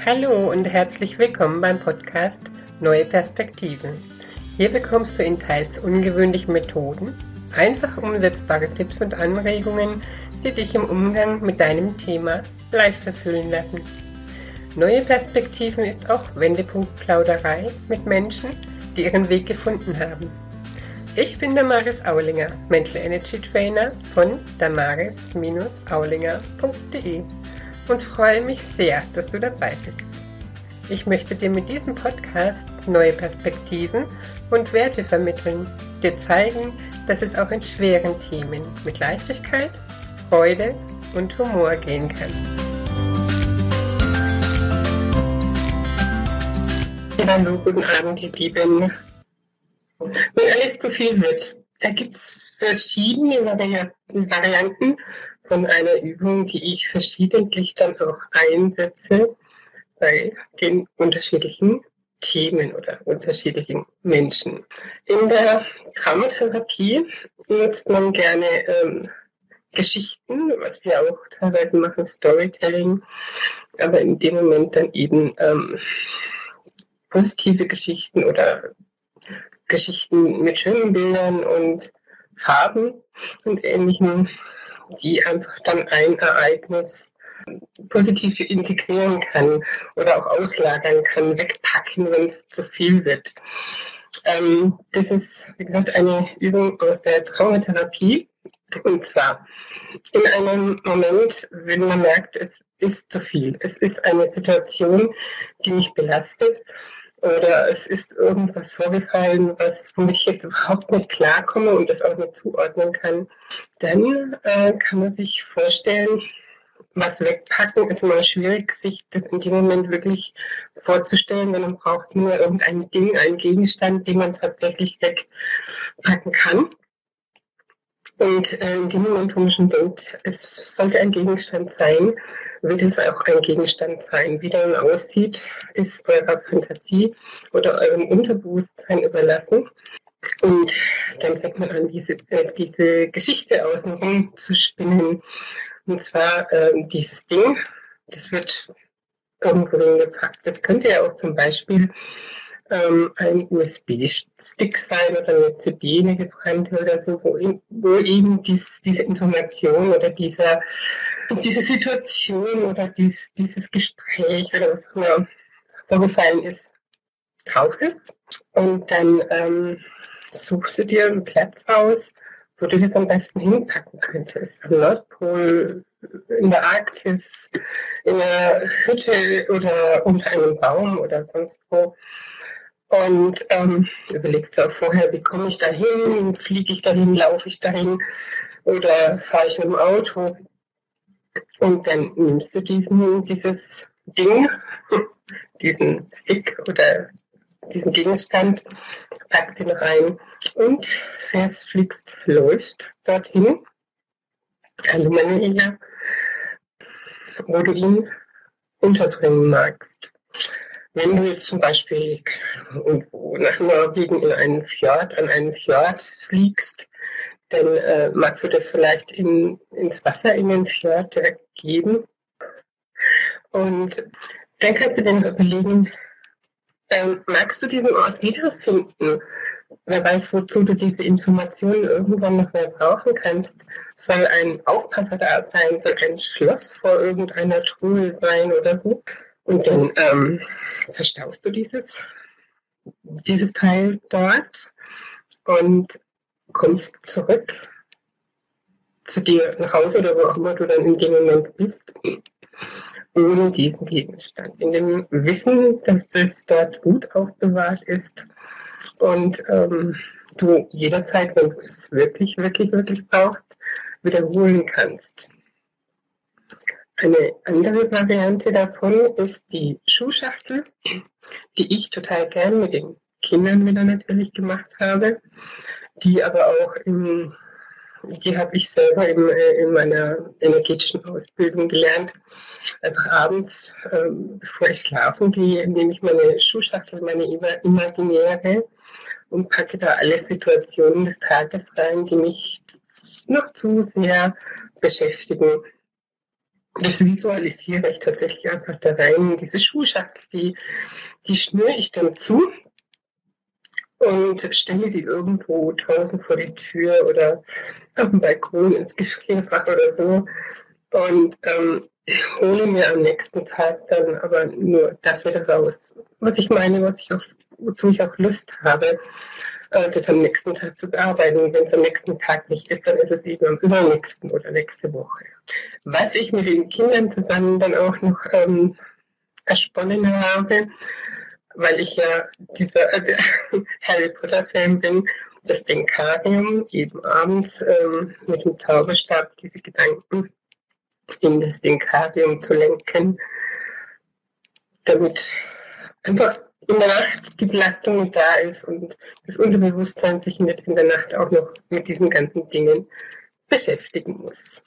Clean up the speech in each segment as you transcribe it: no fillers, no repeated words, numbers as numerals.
Hallo und herzlich willkommen beim Podcast Neue Perspektiven. Hier bekommst du in teils ungewöhnlichen Methoden einfach umsetzbare Tipps und Anregungen, die dich im Umgang mit deinem Thema leichter fühlen lassen. Neue Perspektiven ist auch Wendepunkt-Plauderei mit Menschen, die ihren Weg gefunden haben. Ich bin Damaris Aulinger, Mental Energy Trainer von damaris-aulinger.de und freue mich sehr, dass du dabei bist. Ich möchte dir mit diesem Podcast neue Perspektiven und Werte vermitteln, dir zeigen, dass es auch in schweren Themen mit Leichtigkeit, Freude und Humor gehen kann. Hallo, guten Abend, ihr Lieben. Wenn alles zu viel wird, da gibt es verschiedene Varianten von einer Übung, die ich verschiedentlich dann auch einsetze bei den unterschiedlichen Themen oder unterschiedlichen Menschen. In der Traumatherapie nutzt man gerne Geschichten, was wir auch teilweise machen, Storytelling, aber in dem Moment dann eben positive Geschichten oder Geschichten mit schönen Bildern und Farben und Ähnlichem, die einfach dann ein Ereignis positiv integrieren kann oder auch auslagern kann, wegpacken, wenn es zu viel wird. Das ist, wie gesagt, eine Übung aus der Traumatherapie. Und zwar in einem Moment, wenn man merkt, es ist zu viel. Es ist eine Situation, die mich belastet. Oder es ist irgendwas vorgefallen, womit ich jetzt überhaupt nicht klarkomme und das auch nicht zuordnen kann. Dann kann man sich vorstellen, was wegpacken ist immer schwierig, sich das in dem Moment wirklich vorzustellen, denn man braucht nur irgendein Ding, einen Gegenstand, den man tatsächlich wegpacken kann. Und in dem Moment, wo man schon denkt, es sollte ein Gegenstand sein, wird es auch ein Gegenstand sein. Wie der aussieht, ist eurer Fantasie oder eurem Unterbewusstsein überlassen. Und dann fängt man an, diese Geschichte außenrum zu spinnen. Und zwar dieses Ding, das wird irgendwo hingepackt. Das könnte ja auch zum Beispiel ein USB-Stick sein oder eine CD, eine gebrannte oder so, wo eben diese Information oder diese Situation oder dieses Gespräch oder was auch immer vorgefallen ist, drauf ist. Und dann suchst du dir einen Platz aus, wo du das am besten hinpacken könntest. Am Nordpol, in der Arktis, in einer Hütte oder unter einem Baum oder sonst wo. Und überlegst du auch vorher, wie komme ich da hin? Fliege ich dahin? Laufe ich dahin? Oder fahre ich mit dem Auto? Und dann nimmst du dieses Ding, diesen Stick oder diesen Gegenstand, packst ihn rein und läufst dorthin, hallo Manuela, wo du ihn unterbringen magst. Wenn du jetzt zum Beispiel irgendwo nach Norwegen an einen Fjord fliegst, dann magst du das vielleicht ins Wasser in den Fjord direkt geben. Und dann kannst du dir noch überlegen, magst du diesen Ort wiederfinden? Wer weiß, wozu du diese Informationen irgendwann noch mehr brauchen kannst. Soll ein Aufpasser da sein? Soll ein Schloss vor irgendeiner Truhe sein oder so? Und dann verstaust du dieses Teil dort und kommst zurück zu dir nach Hause oder wo auch immer du dann in dem Moment bist, ohne diesen Gegenstand. In dem Wissen, dass das dort gut aufbewahrt ist und du jederzeit, wenn du es wirklich, wirklich, wirklich brauchst, wiederholen kannst. Eine andere Variante davon ist die Schuhschachtel, die ich total gern mit den Kindern wieder natürlich gemacht habe, die aber auch die habe ich selber in meiner energetischen Ausbildung gelernt. Einfach abends, bevor ich schlafen gehe, nehme ich meine Schuhschachtel, meine imaginäre, und packe da alle Situationen des Tages rein, die mich noch zu sehr beschäftigen. Das visualisiere ich tatsächlich einfach da rein. Diese Schuhschachtel, die schnüre ich dann zu und stelle die irgendwo draußen vor die Tür oder auf dem Balkon ins Geschirrfach oder so und hole mir am nächsten Tag dann aber nur das wieder raus, was ich meine, wozu ich auch Lust habe, das am nächsten Tag zu bearbeiten. Und wenn es am nächsten Tag nicht ist, dann ist es eben am übernächsten oder nächste Woche. Was ich mit den Kindern zusammen dann auch noch ersponnen habe, weil ich ja dieser Harry Potter-Fan bin, das Denkarium, eben abends mit dem Zauberstab diese Gedanken in das Denkarium zu lenken, damit einfach in der Nacht die Belastung da ist und das Unterbewusstsein sich nicht in der Nacht auch noch mit diesen ganzen Dingen beschäftigen muss.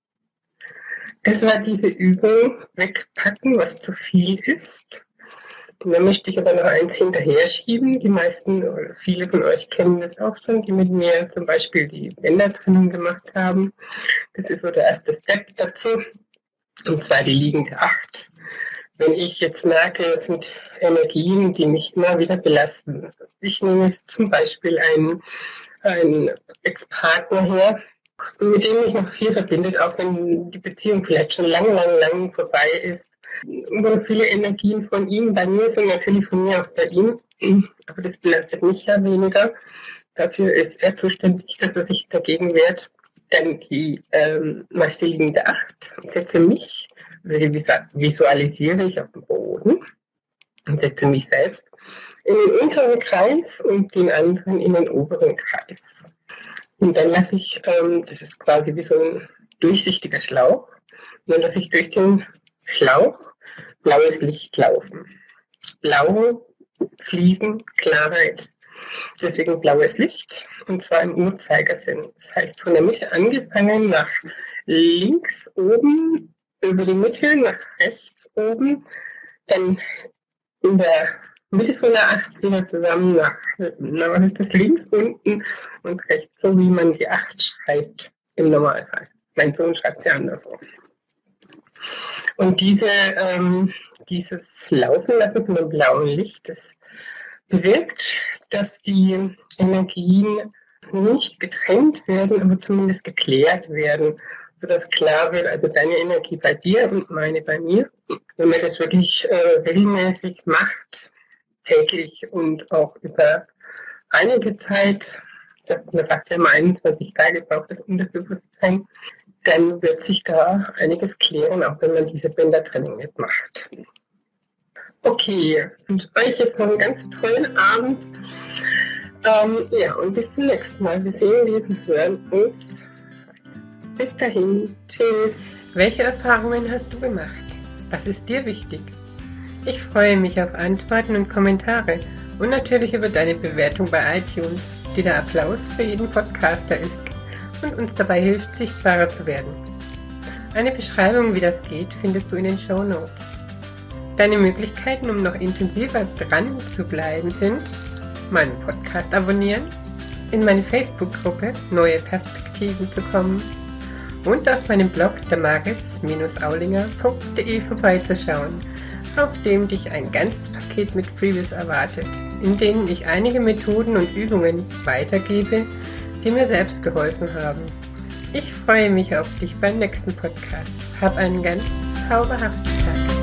Das war diese Übung, wegpacken, was zu viel ist. Und dann möchte ich aber noch eins hinterher schieben. Die meisten oder viele von euch kennen das auch schon, die mit mir zum Beispiel die Bändertrennung gemacht haben. Das ist so der erste Step dazu. Und zwar die liegende 8. Wenn ich jetzt merke, es sind Energien, die mich immer wieder belasten. Ich nehme jetzt zum Beispiel einen Ex-Partner her, mit dem mich noch viel verbindet, auch wenn die Beziehung vielleicht schon lang vorbei ist. Wo viele Energien von ihm bei mir sind, natürlich von mir auch bei ihm. Aber das belastet mich ja weniger. Dafür ist er zuständig, dass er sich dagegen wehrt. Dann mache ich die liegende 8 und setze mich, also die visualisiere ich auf dem Boden und setze mich selbst in den unteren Kreis und den anderen in den oberen Kreis. Und dann lasse ich, das ist quasi wie so ein durchsichtiger Schlauch, und dann lasse ich durch den Schlauch blaues Licht laufen. Blaue Fliesen, Klarheit. Deswegen blaues Licht, und zwar im Uhrzeigersinn. Das heißt, von der Mitte angefangen nach links oben, über die Mitte nach rechts oben, dann in der Mitte von der 8 wieder zusammen nach, was ist das, links unten und rechts, so wie man die 8 schreibt im Normalfall. Mein Sohn schreibt sie andersrum. Und dieses Laufen lassen von dem blauen Licht, das bewirkt, dass die Energien nicht getrennt werden, aber zumindest geklärt werden, sodass klar wird, also deine Energie bei dir und meine bei mir. Wenn man das wirklich regelmäßig macht, täglich und auch über einige Zeit, man sagt ja immer 21 Tage braucht das Unterbewusstsein, dann wird sich da einiges klären, auch wenn man diese Bändertrennung nicht macht. Okay, und euch jetzt noch einen ganz tollen Abend. Und bis zum nächsten Mal. Wir sehen, lesen, hören uns. Bis dahin. Tschüss. Welche Erfahrungen hast du gemacht? Was ist dir wichtig? Ich freue mich auf Antworten und Kommentare und natürlich über deine Bewertung bei iTunes, die der Applaus für jeden Podcaster ist und uns dabei hilft, sichtbarer zu werden. Eine Beschreibung, wie das geht, findest du in den Shownotes. Deine Möglichkeiten, um noch intensiver dran zu bleiben, sind: meinen Podcast abonnieren, in meine Facebook-Gruppe Neue Perspektiven zu kommen und auf meinem Blog damaris-aulinger.de vorbeizuschauen, auf dem dich ein ganzes Paket mit Freebies erwartet, in denen ich einige Methoden und Übungen weitergebe, die mir selbst geholfen haben. Ich freue mich auf dich beim nächsten Podcast. Hab einen ganz zauberhaften Tag.